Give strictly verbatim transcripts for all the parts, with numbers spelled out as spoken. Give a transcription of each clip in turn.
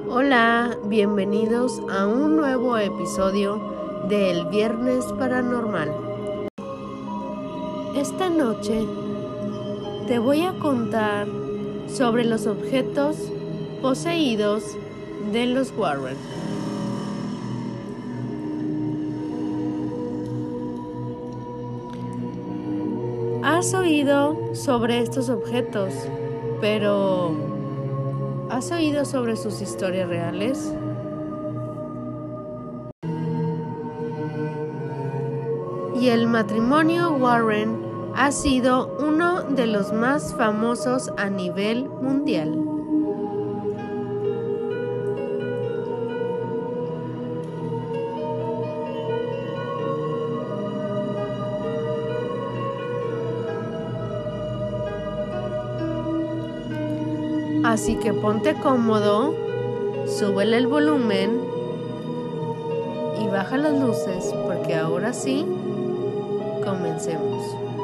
Hola, bienvenidos a un nuevo episodio de El Viernes Paranormal. Esta noche te voy a contar sobre los objetos poseídos de los Warren. Has oído sobre estos objetos, pero ¿has oído sobre sus historias reales? Y el matrimonio Warren ha sido uno de los más famosos a nivel mundial. Así que ponte cómodo, súbele el volumen y baja las luces porque ahora sí, comencemos.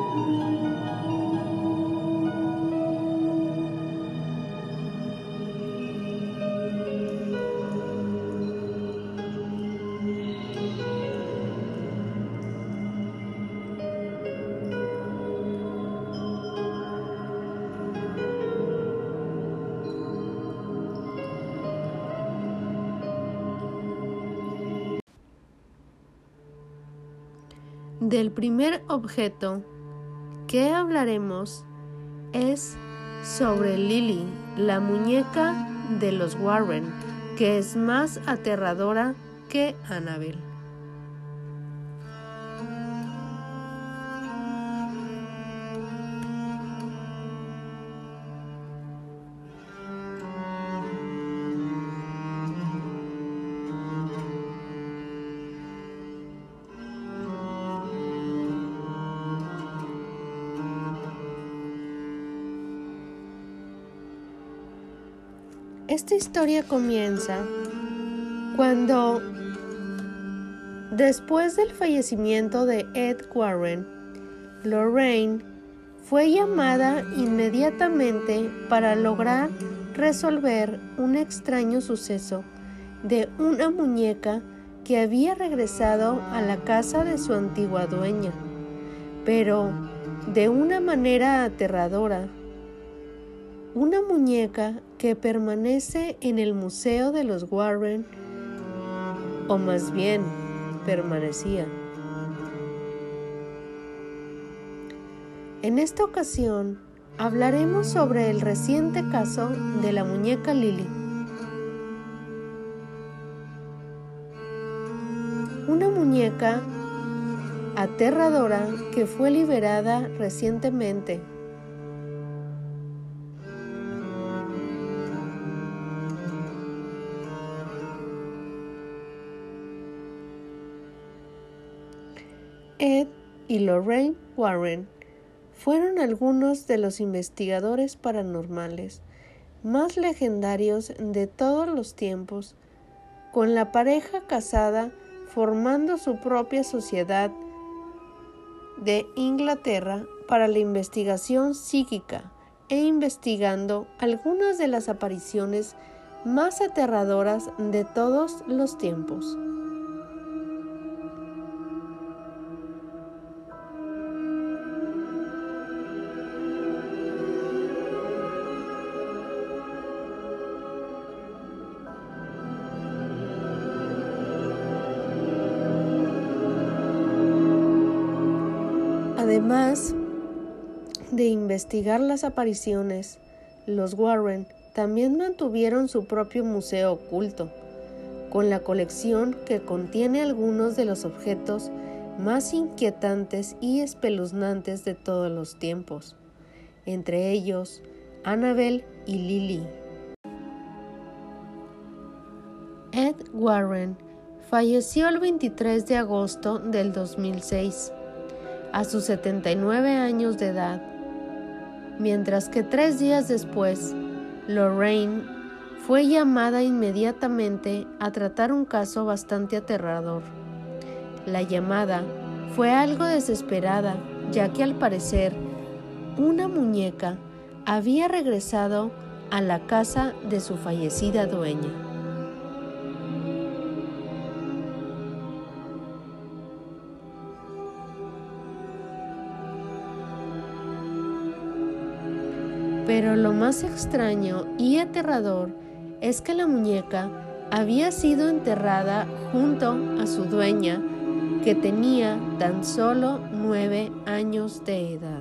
Del primer objeto que hablaremos es sobre Lily, la muñeca de los Warren, que es más aterradora que Annabelle. Esta historia comienza cuando, después del fallecimiento de Ed Warren, Lorraine fue llamada inmediatamente para lograr resolver un extraño suceso de una muñeca que había regresado a la casa de su antigua dueña, pero de una manera aterradora. Una muñeca que permanece en el Museo de los Warren, o más bien, permanecía. En esta ocasión, hablaremos sobre el reciente caso de la muñeca Lily. Una muñeca aterradora que fue liberada recientemente. Ed y Lorraine Warren fueron algunos de los investigadores paranormales más legendarios de todos los tiempos, con la pareja casada formando su propia sociedad de Inglaterra para la investigación psíquica e investigando algunas de las apariciones más aterradoras de todos los tiempos. Además de investigar las apariciones, los Warren también mantuvieron su propio museo oculto, con la colección que contiene algunos de los objetos más inquietantes y espeluznantes de todos los tiempos, entre ellos Annabelle y Lily. Ed Warren falleció el veintitrés de agosto del dos mil seis. A sus setenta y nueve años de edad, mientras que tres días después, Lorraine fue llamada inmediatamente a tratar un caso bastante aterrador. La llamada fue algo desesperada, ya que al parecer una muñeca había regresado a la casa de su fallecida dueña. Pero lo más extraño y aterrador es que la muñeca había sido enterrada junto a su dueña, que tenía tan solo nueve años de edad.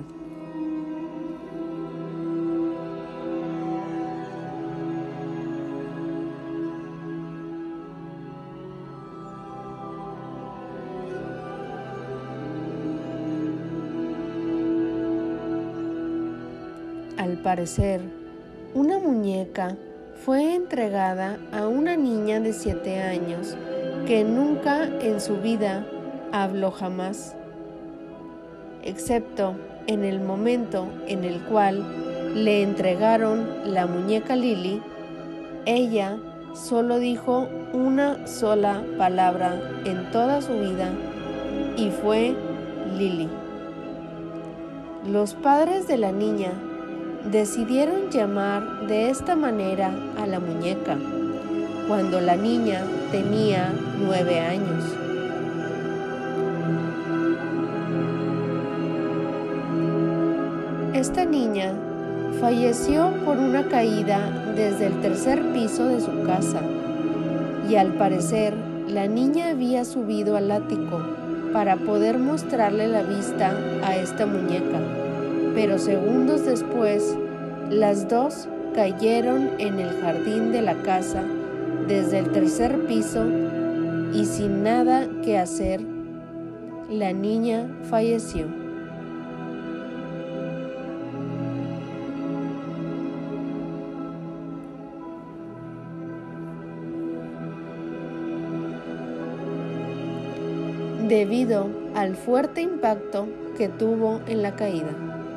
Al parecer, una muñeca fue entregada a una niña de siete años que nunca en su vida habló jamás, excepto en el momento en el cual le entregaron la muñeca Lily. Ella solo dijo una sola palabra en toda su vida y fue Lily. Los padres de la niña decidieron llamar de esta manera a la muñeca cuando la niña tenía nueve años. Esta niña falleció por una caída desde el tercer piso de su casa y al parecer la niña había subido al ático para poder mostrarle la vista a esta muñeca. Pero segundos después, las dos cayeron en el jardín de la casa desde el tercer piso y sin nada que hacer, la niña falleció. Debido al fuerte impacto que tuvo en la caída.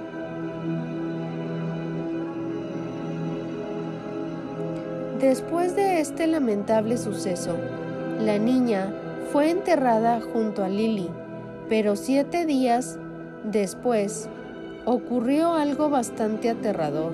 Después de este lamentable suceso, la niña fue enterrada junto a Lily, pero siete días después ocurrió algo bastante aterrador.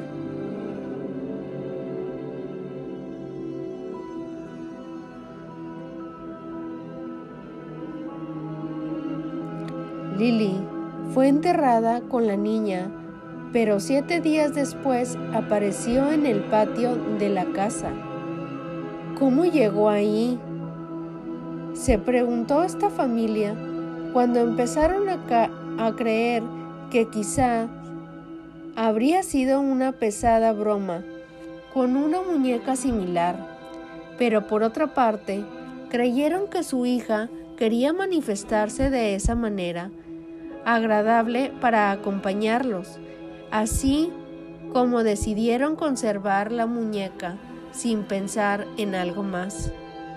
Lily fue enterrada con la niña, pero siete días después apareció en el patio de la casa. ¿Cómo llegó ahí?, se preguntó esta familia cuando empezaron a, a creer que quizá habría sido una pesada broma con una muñeca similar, pero por otra parte creyeron que su hija quería manifestarse de esa manera agradable para acompañarlos. Así como decidieron conservar la muñeca sin pensar en algo más.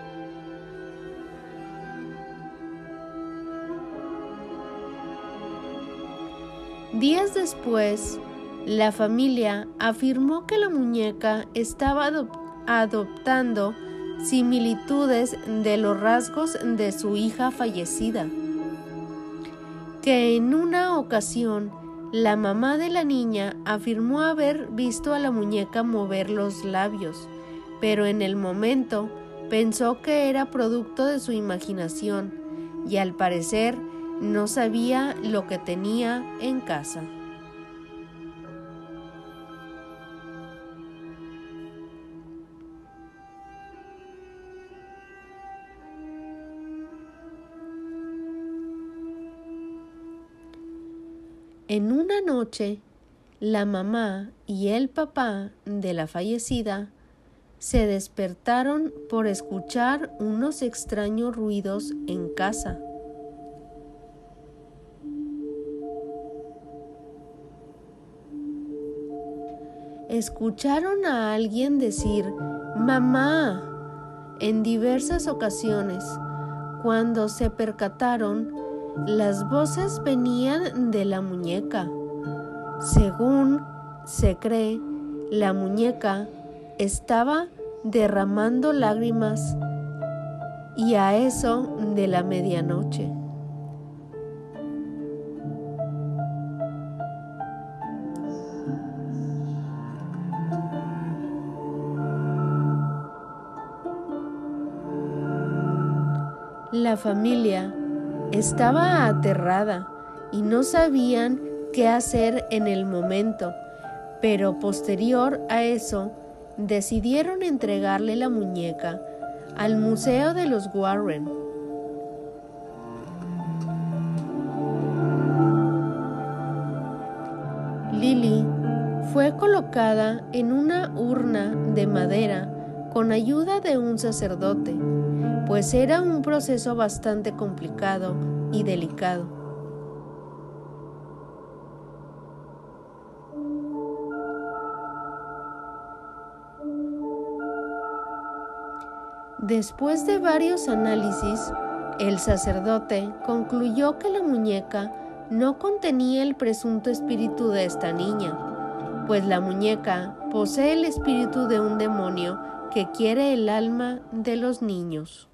Días después, la familia afirmó que la muñeca estaba adop- adoptando similitudes de los rasgos de su hija fallecida, que en una ocasión la mamá de la niña afirmó haber visto a la muñeca mover los labios, pero en el momento pensó que era producto de su imaginación y al parecer no sabía lo que tenía en casa. En una noche, la mamá y el papá de la fallecida se despertaron por escuchar unos extraños ruidos en casa. Escucharon a alguien decir «mamá» en diversas ocasiones. Cuando se percataron, las voces venían de la muñeca. Según se cree, la muñeca estaba derramando lágrimas y a eso de la medianoche. La familia estaba aterrada y no sabían qué hacer en el momento, pero posterior a eso decidieron entregarle la muñeca al Museo de los Warren. Lily fue colocada en una urna de madera con ayuda de un sacerdote, pues era un proceso bastante complicado y delicado. Después de varios análisis, el sacerdote concluyó que la muñeca no contenía el presunto espíritu de esta niña, pues la muñeca posee el espíritu de un demonio que quiere el alma de los niños.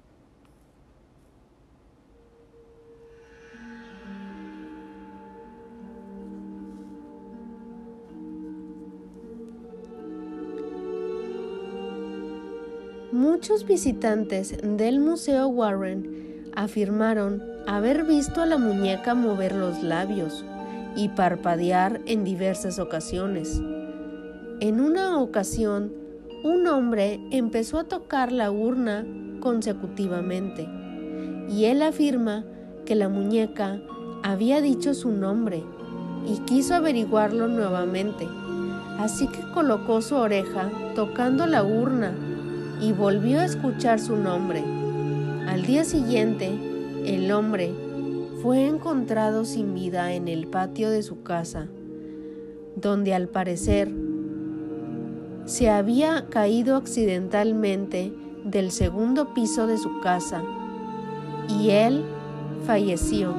Muchos visitantes del Museo Warren afirmaron haber visto a la muñeca mover los labios y parpadear en diversas ocasiones. En una ocasión, un hombre empezó a tocar la urna consecutivamente, y él afirma que la muñeca había dicho su nombre y quiso averiguarlo nuevamente, así que colocó su oreja tocando la urna y volvió a escuchar su nombre. Al día siguiente, el hombre fue encontrado sin vida en el patio de su casa, donde al parecer se había caído accidentalmente del segundo piso de su casa, y él falleció.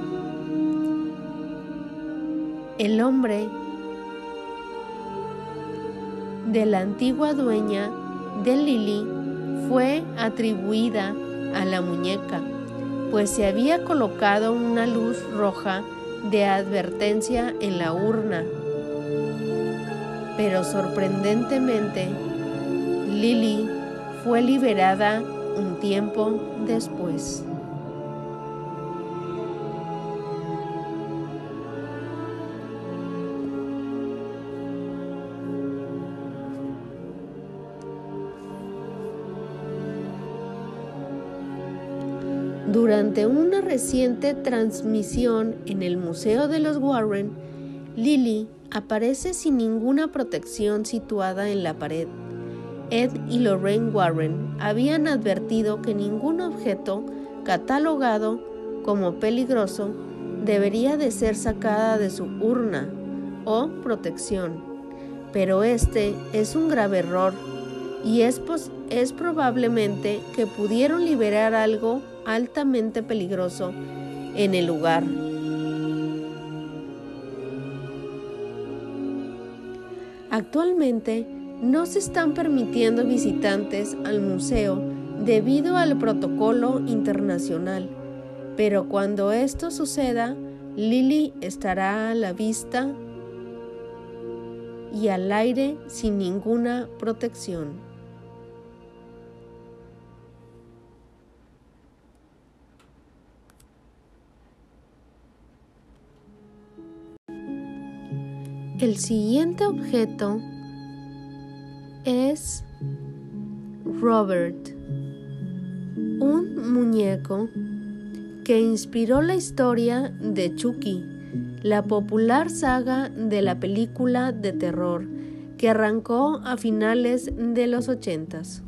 El hombre de la antigua dueña de Lily fue atribuida a la muñeca, pues se había colocado una luz roja de advertencia en la urna. Pero sorprendentemente, Lily fue liberada un tiempo después. Durante una reciente transmisión en el Museo de los Warren, Lily aparece sin ninguna protección situada en la pared. Ed y Lorraine Warren habían advertido que ningún objeto catalogado como peligroso debería de ser sacada de su urna o protección, pero este es un grave error y es, es probablemente que pudieron liberar algo altamente peligroso en el lugar. Actualmente no se están permitiendo visitantes al museo debido al protocolo internacional, pero cuando esto suceda, Lily estará a la vista y al aire sin ninguna protección. El siguiente objeto es Robert, un muñeco que inspiró la historia de Chucky, la popular saga de la película de terror que arrancó a finales de los ochentas.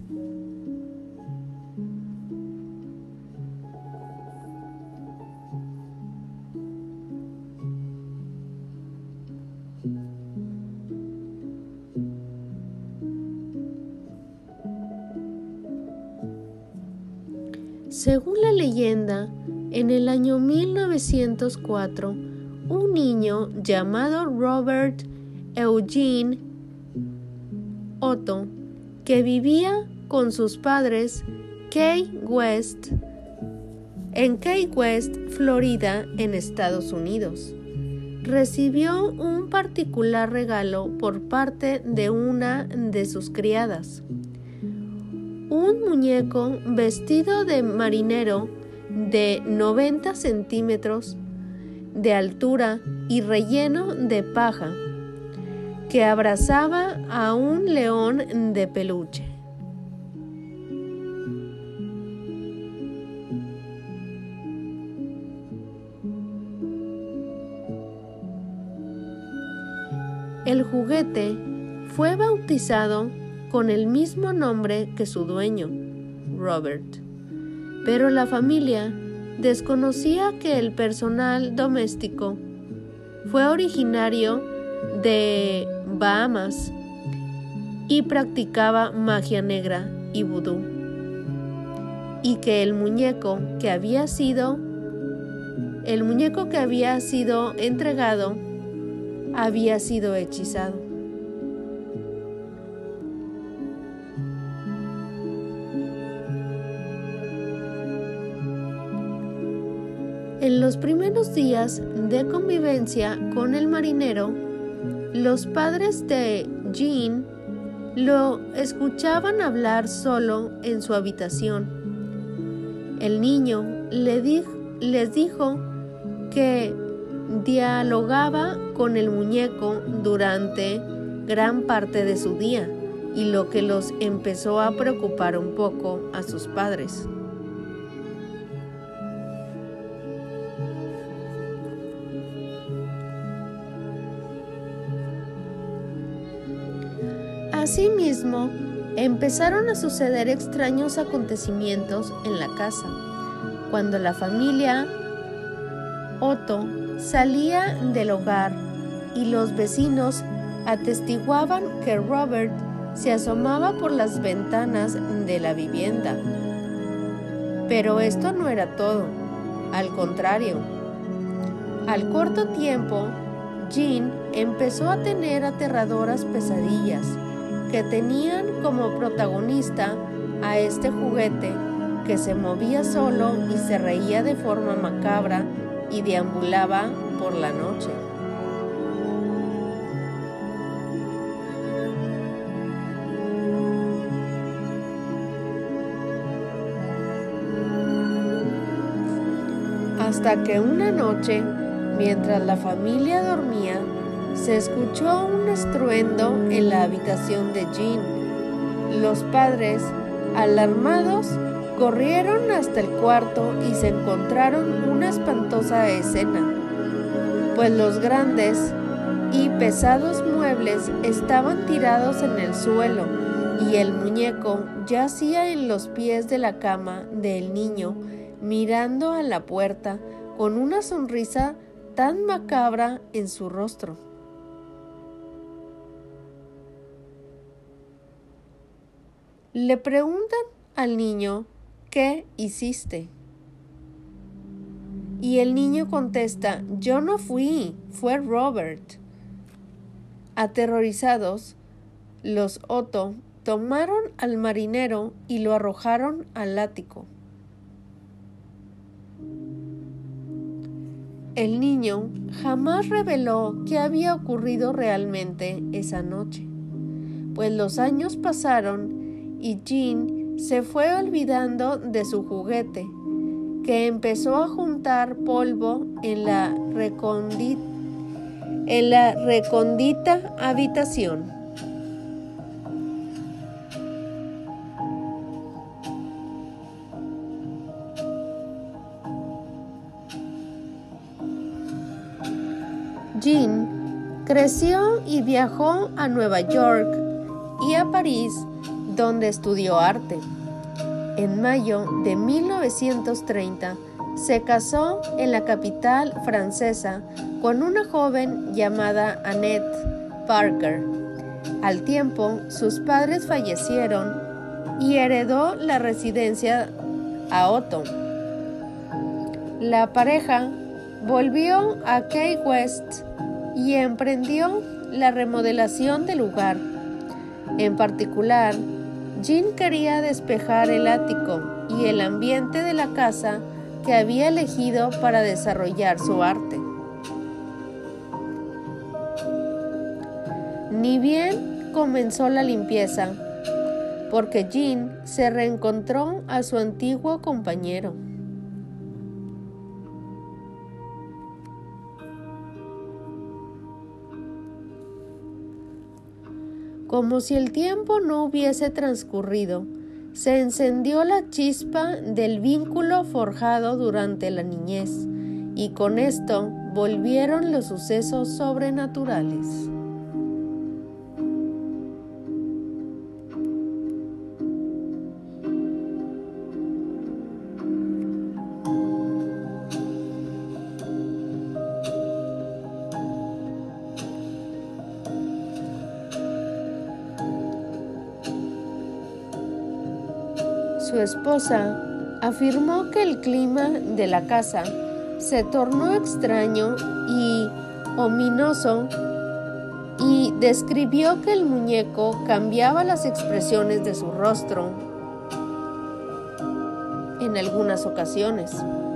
Según la leyenda, en el año mil novecientos cuatro, un niño llamado Robert Eugene Otto, que vivía con sus padres Key West, en Key West, Florida, en Estados Unidos, recibió un particular regalo por parte de una de sus criadas. Un muñeco vestido de marinero de noventa centímetros de altura y relleno de paja. que abrazaba a un león de peluche. El juguete fue bautizado con el mismo nombre que su dueño, Robert, pero la familia desconocía que el personal doméstico fue originario de Bahamas y practicaba magia negra y vudú, y que el muñeco que había sido el muñeco que había sido entregado había sido hechizado. En los primeros días de convivencia con el marinero, los padres de Jean lo escuchaban hablar solo en su habitación. El niño le di- les dijo que dialogaba con el muñeco durante gran parte de su día, y lo que los empezó a preocupar un poco a sus padres. Asimismo, empezaron a suceder extraños acontecimientos en la casa. Cuando la familia Otto salía del hogar y los vecinos atestiguaban que Robert se asomaba por las ventanas de la vivienda. Pero esto no era todo, al contrario. Al corto tiempo, Jean empezó a tener aterradoras pesadillas que tenían como protagonista a este juguete que se movía solo y se reía de forma macabra y deambulaba por la noche. Hasta que una noche, mientras la familia dormía, se escuchó un estruendo en la habitación de Jean. Los padres, alarmados, corrieron hasta el cuarto y se encontraron una espantosa escena, pues los grandes y pesados muebles estaban tirados en el suelo y el muñeco yacía en los pies de la cama del niño, mirando a la puerta con una sonrisa tan macabra en su rostro. Le preguntan al niño: ¿qué hiciste? Y el niño contesta: yo no fui, fue Robert. Aterrorizados, los Otto tomaron al marinero y lo arrojaron al ático. El niño jamás reveló qué había ocurrido realmente esa noche, pues los años pasaron y Jean se fue olvidando de su juguete, que empezó a juntar polvo en la recóndita, en la recóndita habitación. Jean creció y viajó a Nueva York y a París, donde estudió arte. En mayo de mil novecientos treinta se casó en la capital francesa con una joven llamada Annette Parker. Al tiempo, sus padres fallecieron y heredó la residencia a Otto. La pareja volvió a Key West y emprendió la remodelación del lugar. En particular, Jean quería despejar el ático y el ambiente de la casa que había elegido para desarrollar su arte. Ni bien comenzó la limpieza, porque Jean se reencontró a su antiguo compañero. Como si el tiempo no hubiese transcurrido, se encendió la chispa del vínculo forjado durante la niñez, y con esto volvieron los sucesos sobrenaturales. Su esposa afirmó que el clima de la casa se tornó extraño y ominoso y describió que el muñeco cambiaba las expresiones de su rostro en algunas ocasiones,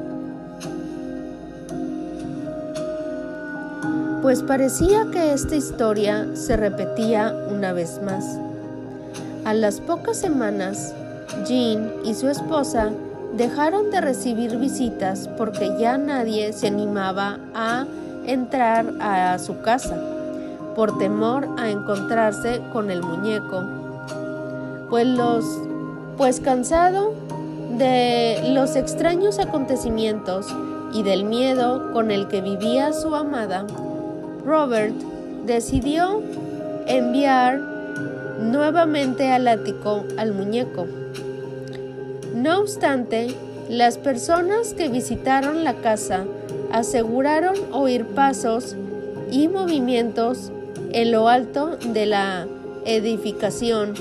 pues parecía que esta historia se repetía una vez más. A las pocas semanas, Jean y su esposa dejaron de recibir visitas porque ya nadie se animaba a entrar a su casa por temor a encontrarse con el muñeco, pues, los, pues cansado de los extraños acontecimientos y del miedo con el que vivía su amada, Robert decidió enviar nuevamente al ático al muñeco. No obstante, las personas que visitaron la casa aseguraron oír pasos y movimientos en lo alto de la edificación,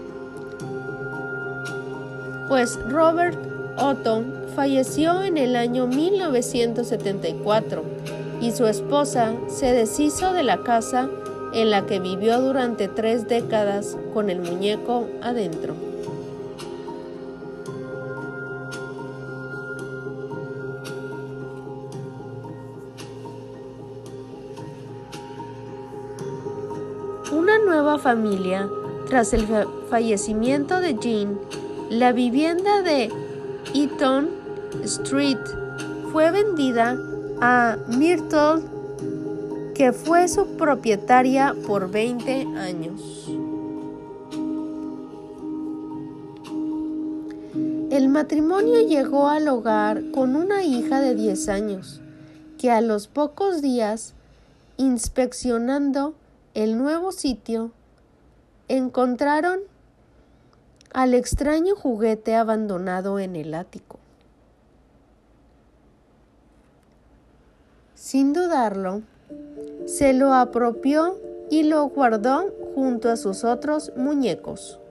pues Robert Otto falleció en el año mil novecientos setenta y cuatro y su esposa se deshizo de la casa en la que vivió durante tres décadas con el muñeco adentro. Una nueva familia. Tras el fallecimiento de Jean, la vivienda de Eaton Street fue vendida a Myrtle, que fue su propietaria por veinte años. El matrimonio llegó al hogar con una hija de diez años, que a los pocos días, inspeccionando el nuevo sitio, encontraron al extraño juguete abandonado en el ático. Sin dudarlo, se lo apropió y lo guardó junto a sus otros muñecos.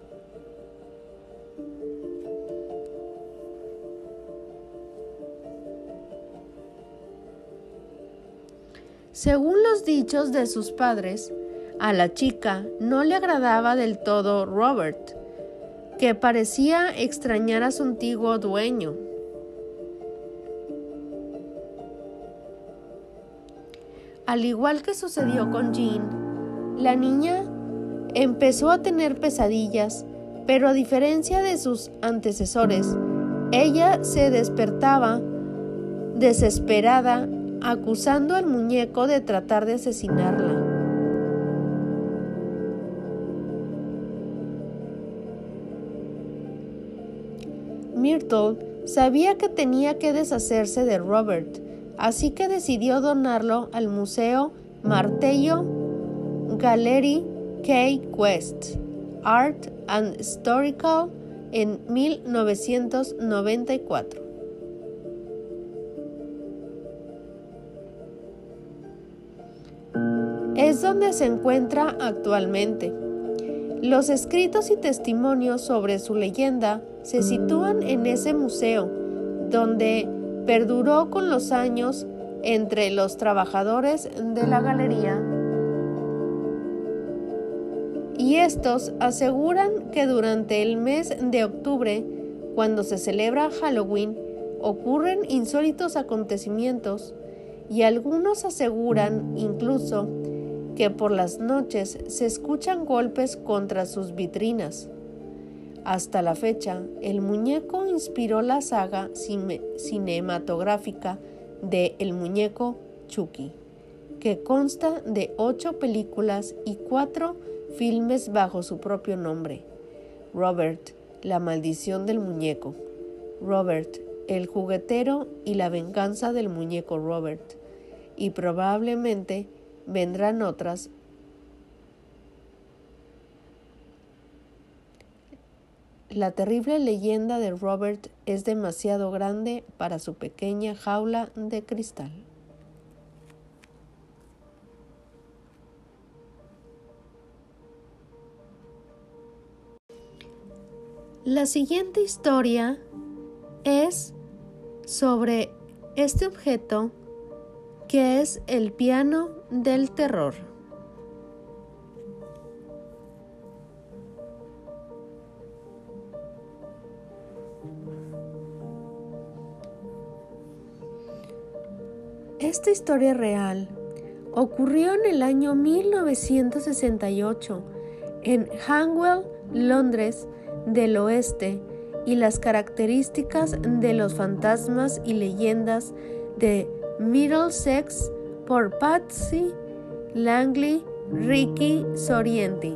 Según los dichos de sus padres, a la chica no le agradaba del todo Robert, que parecía extrañar a su antiguo dueño. Al igual que sucedió con Jean, la niña empezó a tener pesadillas, pero a diferencia de sus antecesores, ella se despertaba desesperada, acusando al muñeco de tratar de asesinarla. Myrtle sabía que tenía que deshacerse de Robert, así que decidió donarlo al Museo Martello Gallery Key West, Art and Historical en mil novecientos noventa y cuatro. Es donde se encuentra actualmente. Los escritos y testimonios sobre su leyenda se sitúan en ese museo, donde perduró con los años entre los trabajadores de la galería, y estos aseguran que durante el mes de octubre, cuando se celebra Halloween, ocurren insólitos acontecimientos, y algunos aseguran incluso que por las noches se escuchan golpes contra sus vitrinas. Hasta la fecha, el muñeco inspiró la saga cinematográfica de El muñeco Chucky, que consta de ocho películas y cuatro filmes bajo su propio nombre: Robert, La maldición del muñeco, Robert, el juguetero y la venganza del muñeco Robert, y probablemente vendrán otras. La terrible leyenda de Robert es demasiado grande para su pequeña jaula de cristal. La siguiente historia es sobre este objeto que es el piano del terror. Esta historia real ocurrió en el año mil novecientos sesenta y ocho en Hanwell, Londres del Oeste, y las características de los fantasmas y leyendas de Middlesex por Patsy Langley Ricky Sorienti.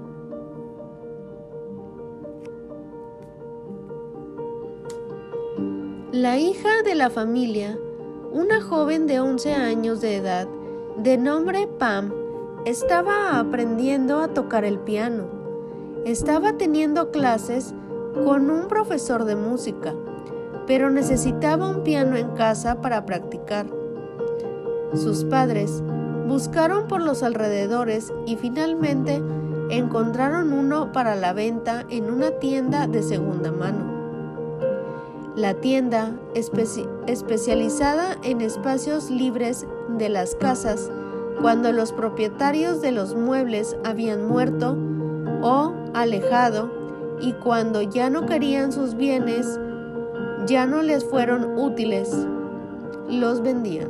La hija de la familia, una joven de once años de edad, de nombre Pam, estaba aprendiendo a tocar el piano. Estaba teniendo clases con un profesor de música, pero necesitaba un piano en casa para practicar. Sus padres buscaron por los alrededores y finalmente encontraron uno para la venta en una tienda de segunda mano. La tienda, especi- especializada en espacios libres de las casas, cuando los propietarios de los muebles habían muerto o alejado, y cuando ya no querían sus bienes, ya no les fueron útiles, los vendían.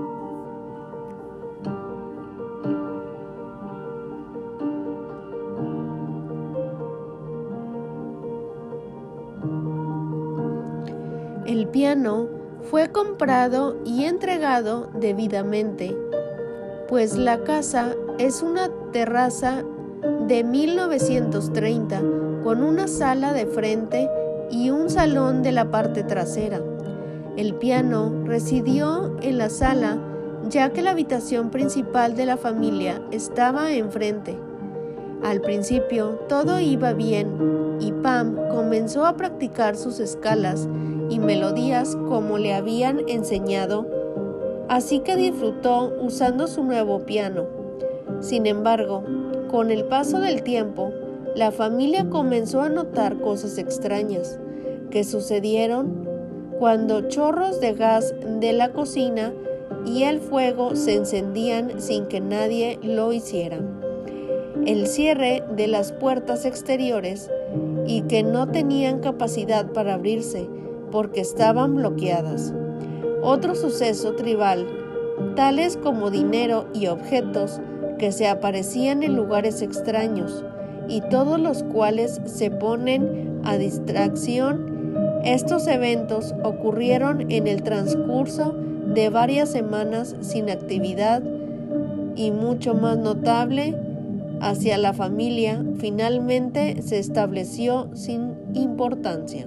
El piano fue comprado y entregado debidamente, pues la casa es una terraza de mil novecientos treinta con una sala de frente y un salón de la parte trasera. El piano residió en la sala, ya que la habitación principal de la familia estaba enfrente. Al principio todo iba bien y Pam comenzó a practicar sus escalas y melodías como le habían enseñado, así que disfrutó usando su nuevo piano. Sin embargo, con el paso del tiempo, la familia comenzó a notar cosas extrañas que sucedieron cuando chorros de gas de la cocina y el fuego se encendían sin que nadie lo hiciera. El cierre de las puertas exteriores y que no tenían capacidad para abrirse porque estaban bloqueadas. Otro suceso tribal, tales como dinero y objetos que se aparecían en lugares extraños y todos los cuales se ponen a distracción. Estos eventos ocurrieron en el transcurso de varias semanas sin actividad y, mucho más notable, hacia la familia finalmente se estableció sin importancia.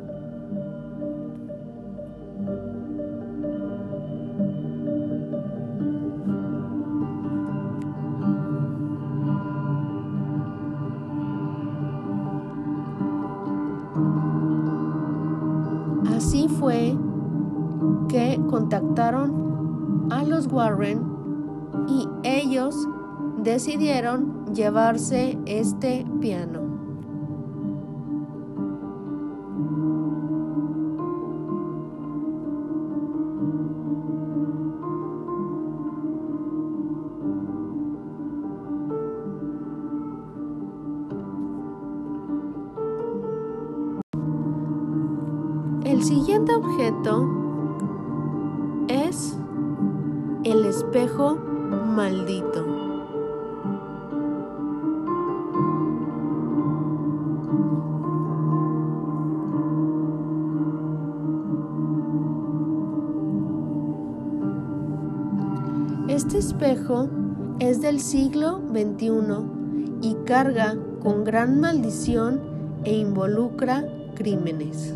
Así fue que contactaron a los Warren y ellos decidieron llevarse este piano. El siguiente objeto es el espejo maldito. Este espejo es del siglo veintiuno y carga con gran maldición e involucra crímenes.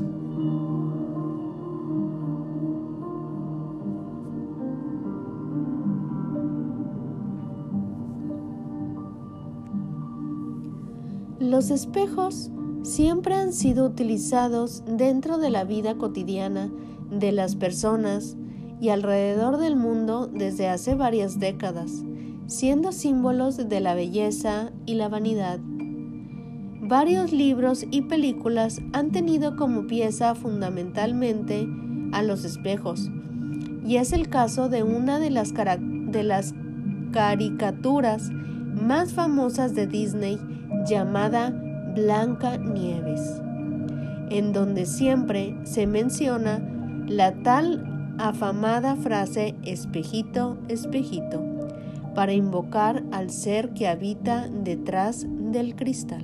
Los espejos siempre han sido utilizados dentro de la vida cotidiana de las personas y alrededor del mundo desde hace varias décadas, siendo símbolos de la belleza y la vanidad. Varios libros y películas han tenido como pieza fundamentalmente a los espejos, y es el caso de una de las, cara- de las caricaturas más famosas de Disney llamada Blancanieves, en donde siempre se menciona la tal afamada frase espejito, espejito, para invocar al ser que habita detrás del cristal.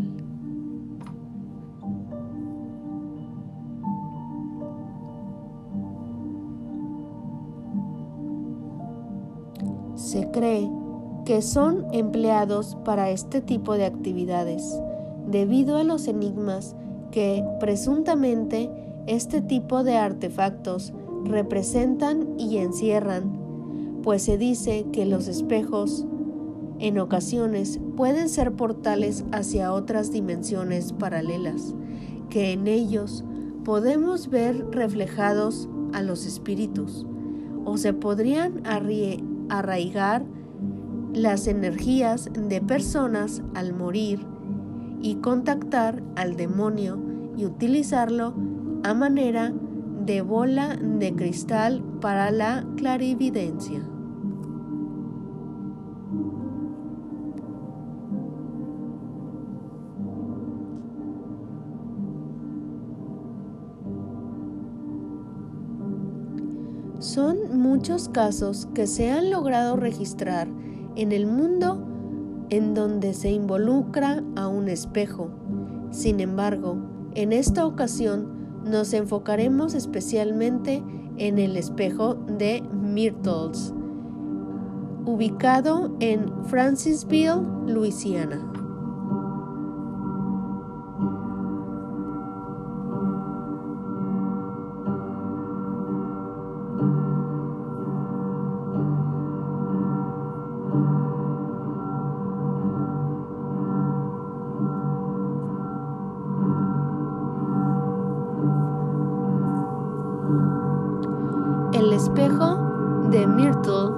Se cree que son empleados para este tipo de actividades, debido a los enigmas que presuntamente este tipo de artefactos representan y encierran, pues se dice que los espejos en ocasiones pueden ser portales hacia otras dimensiones paralelas, que en ellos podemos ver reflejados a los espíritus, o se podrían arraigar las energías de personas al morir y contactar al demonio y utilizarlo a manera de bola de cristal para la clarividencia. Son muchos casos que se han logrado registrar en el mundo en donde se involucra a un espejo. Sin embargo, en esta ocasión nos enfocaremos especialmente en el espejo de Myrtles, ubicado en Francisville, Luisiana. El espejo de Myrtle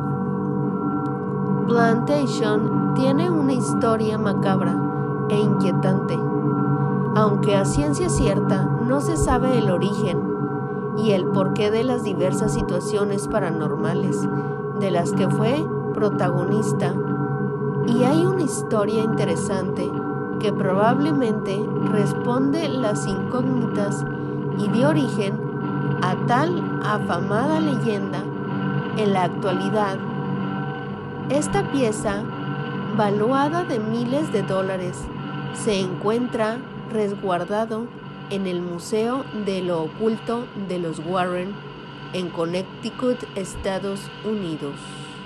Plantation tiene una historia macabra e inquietante, aunque a ciencia cierta no se sabe el origen y el porqué de las diversas situaciones paranormales de las que fue protagonista, y hay una historia interesante que probablemente responde las incógnitas y dio origen a tal afamada leyenda. En la actualidad, esta pieza, valuada de miles de dólares, se encuentra resguardado en el Museo de lo Oculto de los Warren, en Connecticut, Estados Unidos.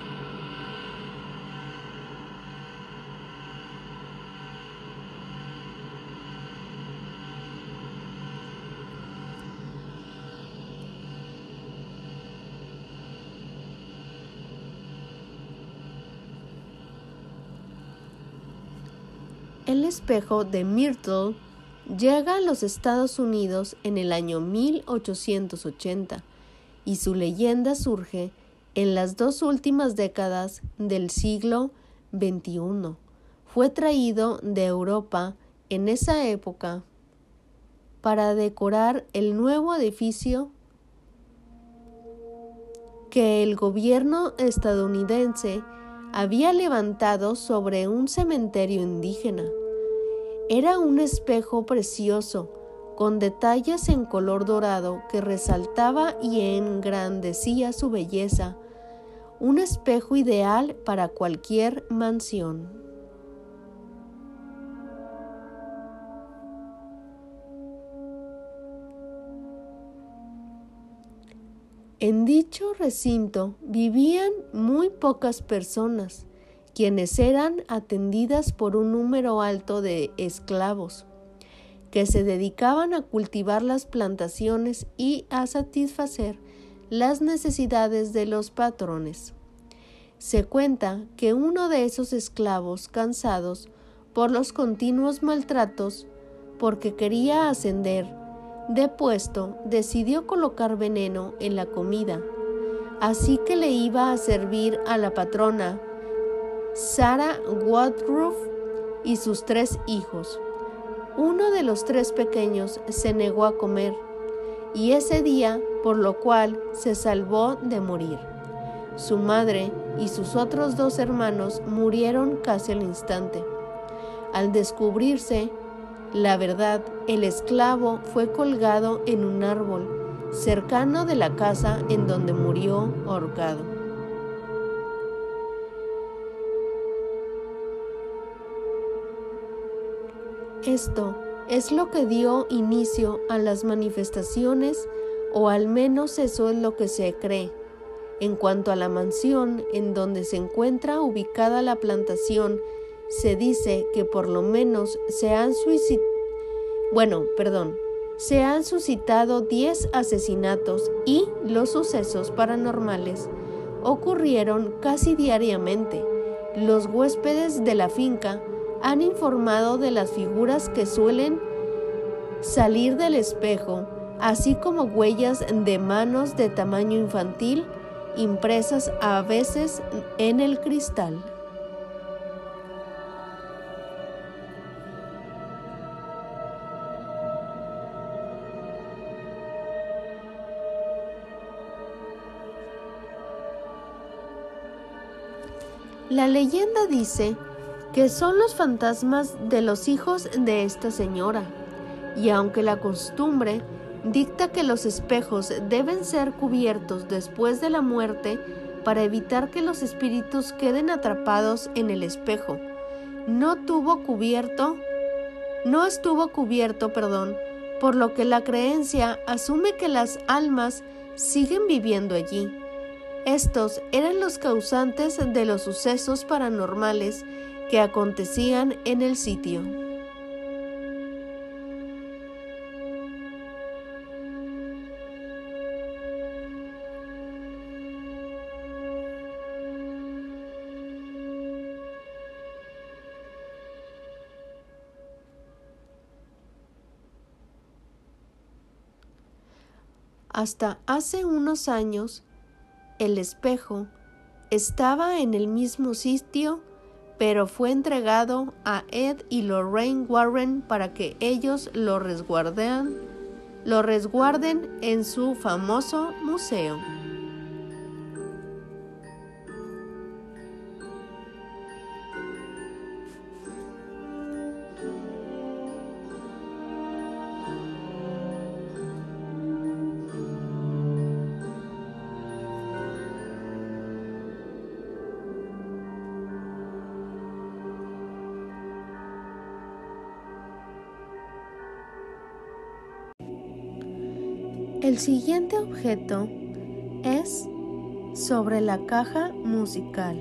El espejo de Myrtle llega a los Estados Unidos en el año mil ochocientos ochenta y su leyenda surge en las dos últimas décadas del siglo veintiuno. Fue traído de Europa en esa época para decorar el nuevo edificio que el gobierno estadounidense había levantado sobre un cementerio indígena. Era un espejo precioso, con detalles en color dorado que resaltaba y engrandecía su belleza, un espejo ideal para cualquier mansión. En dicho recinto vivían muy pocas personas, quienes eran atendidas por un número alto de esclavos, que se dedicaban a cultivar las plantaciones y a satisfacer las necesidades de los patrones. Se cuenta que uno de esos esclavos, cansados por los continuos maltratos, porque quería ascender de puesto, decidió colocar veneno en la comida, así que le iba a servir a la patrona, Sarah Woodruff, y sus tres hijos. Uno de los tres pequeños se negó a comer, y ese día, por lo cual se salvó de morir. Su madre y sus otros dos hermanos murieron casi al instante. Al descubrirse la verdad, el esclavo fue colgado en un árbol cercano de la casa en donde murió ahorcado. Esto es lo que dio inicio a las manifestaciones, o al menos eso es lo que se cree. En cuanto a la mansión en donde se encuentra ubicada la plantación, se dice que por lo menos se han suicidado, bueno, perdón, se han suscitado diez asesinatos y los sucesos paranormales ocurrieron casi diariamente. Los huéspedes de la finca han informado de las figuras que suelen salir del espejo, así como huellas de manos de tamaño infantil impresas a veces en el cristal. La leyenda dice que son los fantasmas de los hijos de esta señora, y aunque la costumbre dicta que los espejos deben ser cubiertos después de la muerte para evitar que los espíritus queden atrapados en el espejo, no tuvo cubierto, no estuvo cubierto, perdón, por lo que la creencia asume que las almas siguen viviendo allí. Estos eran los causantes de los sucesos paranormales que acontecían en el sitio. Hasta hace unos años, el espejo estaba en el mismo sitio, pero fue entregado a Ed y Lorraine Warren para que ellos lo resguarden, lo resguarden en su famoso museo. El siguiente objeto es sobre la caja musical.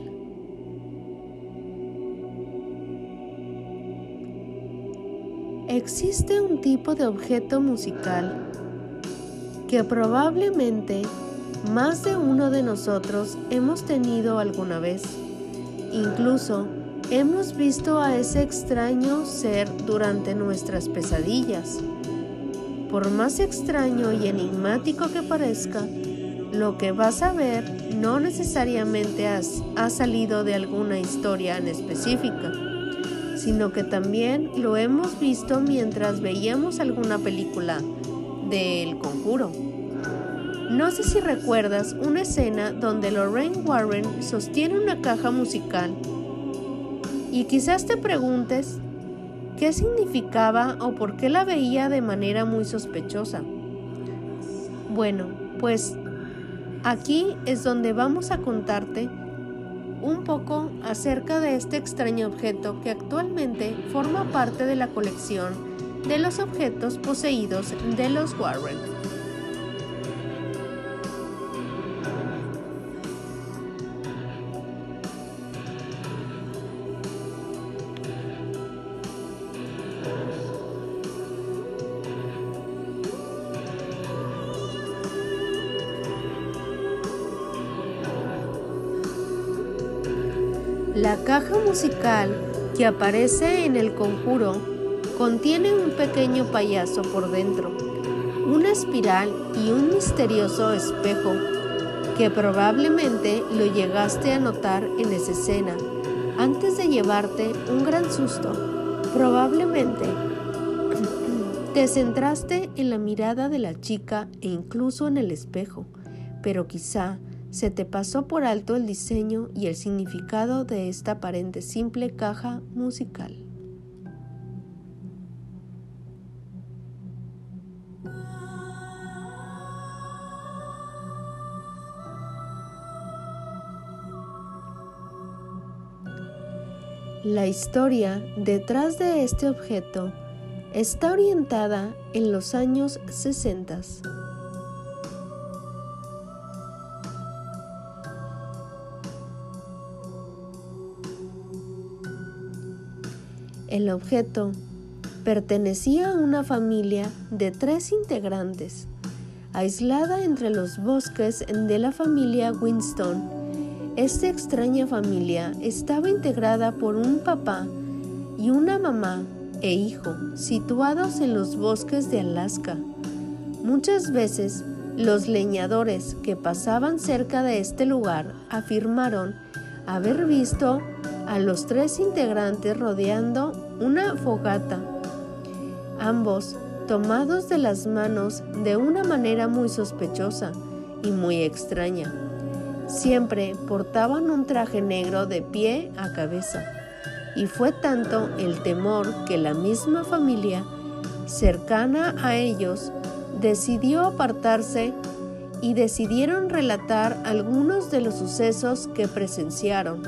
Existe un tipo de objeto musical que probablemente más de uno de nosotros hemos tenido alguna vez. Incluso hemos visto a ese extraño ser durante nuestras pesadillas. Por más extraño y enigmático que parezca, lo que vas a ver no necesariamente has, ha salido de alguna historia en específica, sino que también lo hemos visto mientras veíamos alguna película de El Conjuro. No sé si recuerdas una escena donde Lorraine Warren sostiene una caja musical y quizás te preguntes ¿qué significaba o por qué la veía de manera muy sospechosa? Bueno, pues aquí es donde vamos a contarte un poco acerca de este extraño objeto que actualmente forma parte de la colección de los objetos poseídos de los Warren. La caja musical que aparece en El Conjuro contiene un pequeño payaso por dentro, una espiral y un misterioso espejo que probablemente lo llegaste a notar en esa escena antes de llevarte un gran susto. Probablemente te centraste en la mirada de la chica e incluso en el espejo, pero quizá se te pasó por alto el diseño y el significado de esta aparente simple caja musical. La historia detrás de este objeto está orientada en los años sesenta. El objeto pertenecía a una familia de tres integrantes, aislada entre los bosques de la familia Winston. Esta extraña familia estaba integrada por un papá y una mamá e hijo situados en los bosques de Alaska. Muchas veces los leñadores que pasaban cerca de este lugar afirmaron haber visto a los tres integrantes rodeando una fogata, ambos tomados de las manos de una manera muy sospechosa y muy extraña. Siempre portaban un traje negro de pie a cabeza, y fue tanto el temor que la misma familia cercana a ellos decidió apartarse y decidieron relatar algunos de los sucesos que presenciaron.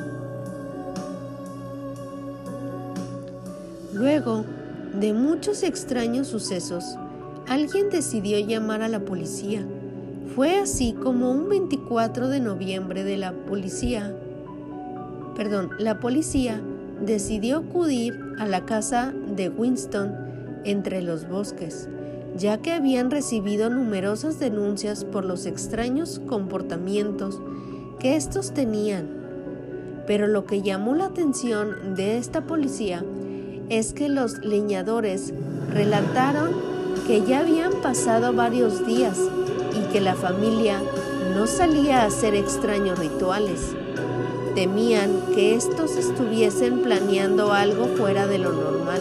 Luego de muchos extraños sucesos, alguien decidió llamar a la policía. Fue así como un veinticuatro de noviembre de la policía, perdón, la policía decidió acudir a la casa de Winston entre los bosques, ya que habían recibido numerosas denuncias por los extraños comportamientos que estos tenían. Pero lo que llamó la atención de esta policía es que los leñadores relataron que ya habían pasado varios días y que la familia no salía a hacer extraños rituales. Temían que estos estuviesen planeando algo fuera de lo normal.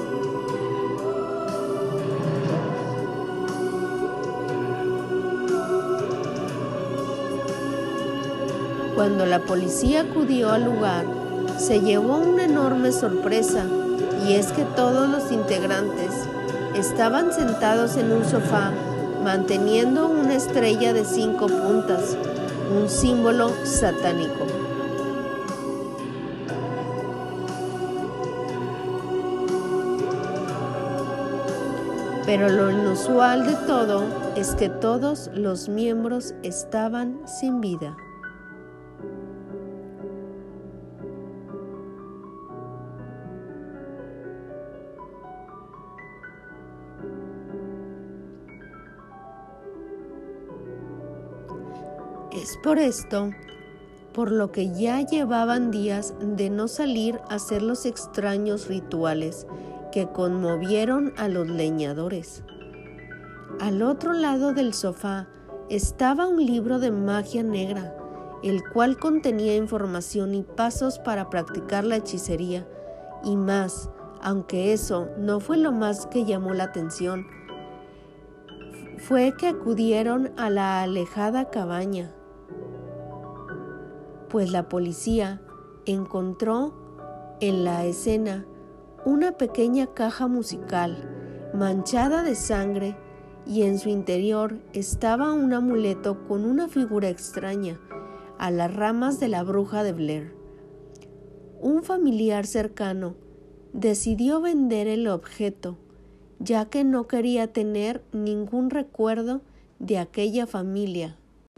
Cuando la policía acudió al lugar, se llevó una enorme sorpresa, y es que todos los integrantes estaban sentados en un sofá manteniendo una estrella de cinco puntas, un símbolo satánico. Pero lo inusual de todo es que todos los miembros estaban sin vida. Es por esto por lo que ya llevaban días de no salir a hacer los extraños rituales que conmovieron a los leñadores. Al otro lado del sofá estaba un libro de magia negra, el cual contenía información y pasos para practicar la hechicería y más, aunque eso no fue lo más que llamó la atención. Fue que acudieron a la alejada cabaña, pues la policía encontró en la escena una pequeña caja musical manchada de sangre y en su interior estaba un amuleto con una figura extraña a las ramas de la bruja de Blair. Un familiar cercano decidió vender el objeto, ya que no quería tener ningún recuerdo de aquella familia.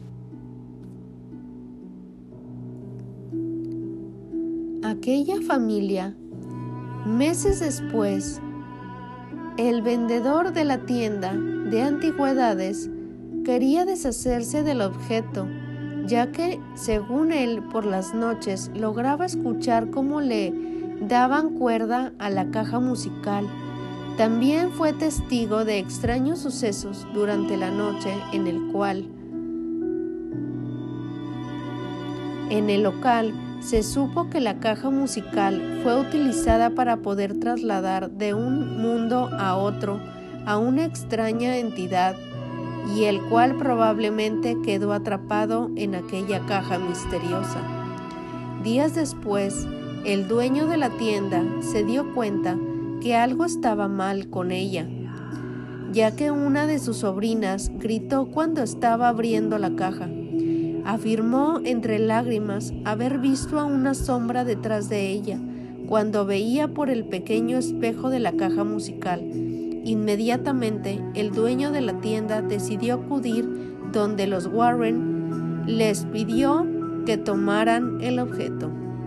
Aquella familia, meses después, el vendedor de la tienda de antigüedades quería deshacerse del objeto, ya que, según él, por las noches lograba escuchar cómo le daban cuerda a la caja musical. También fue testigo de extraños sucesos durante la noche en el cual, en el local, se supo que la caja musical fue utilizada para poder trasladar de un mundo a otro a una extraña entidad, y el cual probablemente quedó atrapado en aquella caja misteriosa. Días después, el dueño de la tienda se dio cuenta que algo estaba mal con ella, ya que una de sus sobrinas gritó cuando estaba abriendo la caja. Afirmó entre lágrimas haber visto a una sombra detrás de ella cuando veía por el pequeño espejo de la caja musical. Inmediatamente, el dueño de la tienda decidió acudir donde los Warren les pidió que tomaran el objeto.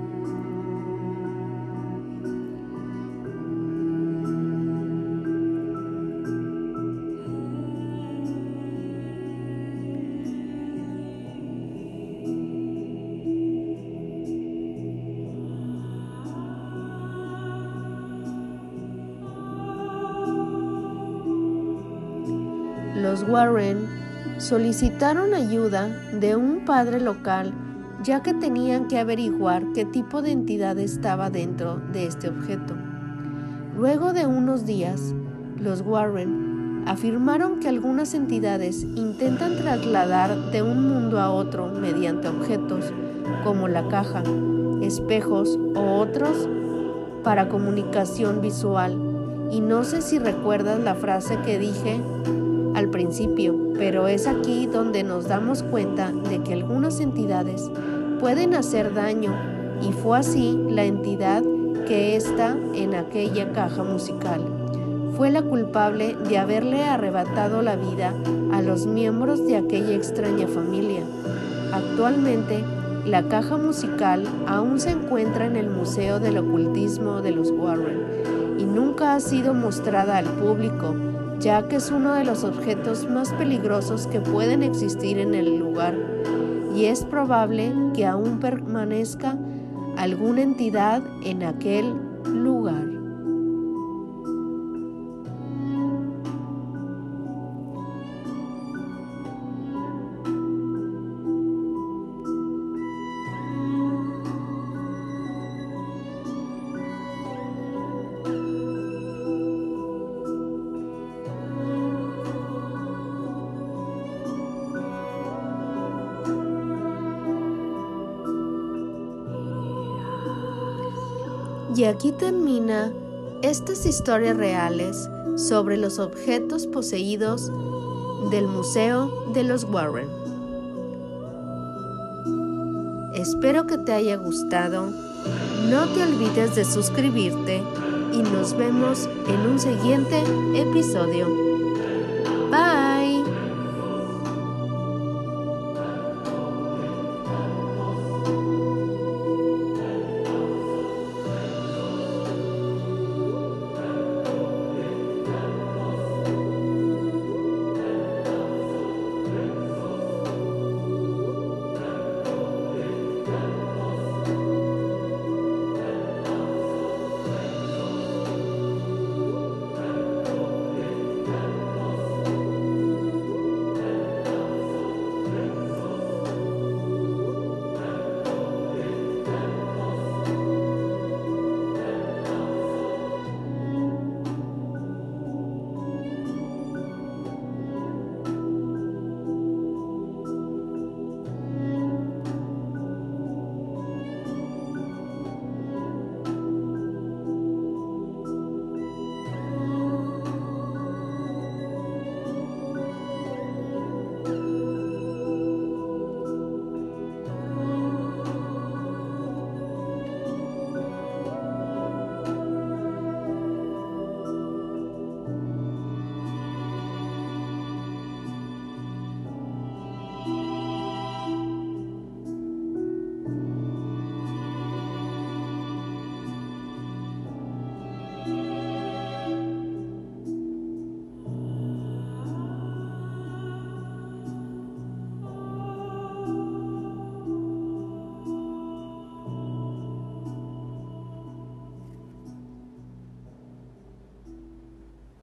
Los Warren solicitaron ayuda de un padre local, ya que tenían que averiguar qué tipo de entidad estaba dentro de este objeto. Luego de unos días, los Warren afirmaron que algunas entidades intentan trasladar de un mundo a otro mediante objetos como la caja, espejos o otros para comunicación visual. Y no sé si recuerdas la frase que dije al principio, pero es aquí donde nos damos cuenta de que algunas entidades pueden hacer daño, y fue así la entidad que está en aquella caja musical. Fue la culpable de haberle arrebatado la vida a los miembros de aquella extraña familia. Actualmente, la caja musical aún se encuentra en el Museo del Ocultismo de los Warren y nunca ha sido mostrada al público, ya que es uno de los objetos más peligrosos que pueden existir en el lugar, y es probable que aún permanezca alguna entidad en aquel lugar. Y aquí termina estas historias reales sobre los objetos poseídos del Museo de los Warren. Espero que te haya gustado. No te olvides de suscribirte y nos vemos en un siguiente episodio. Bye.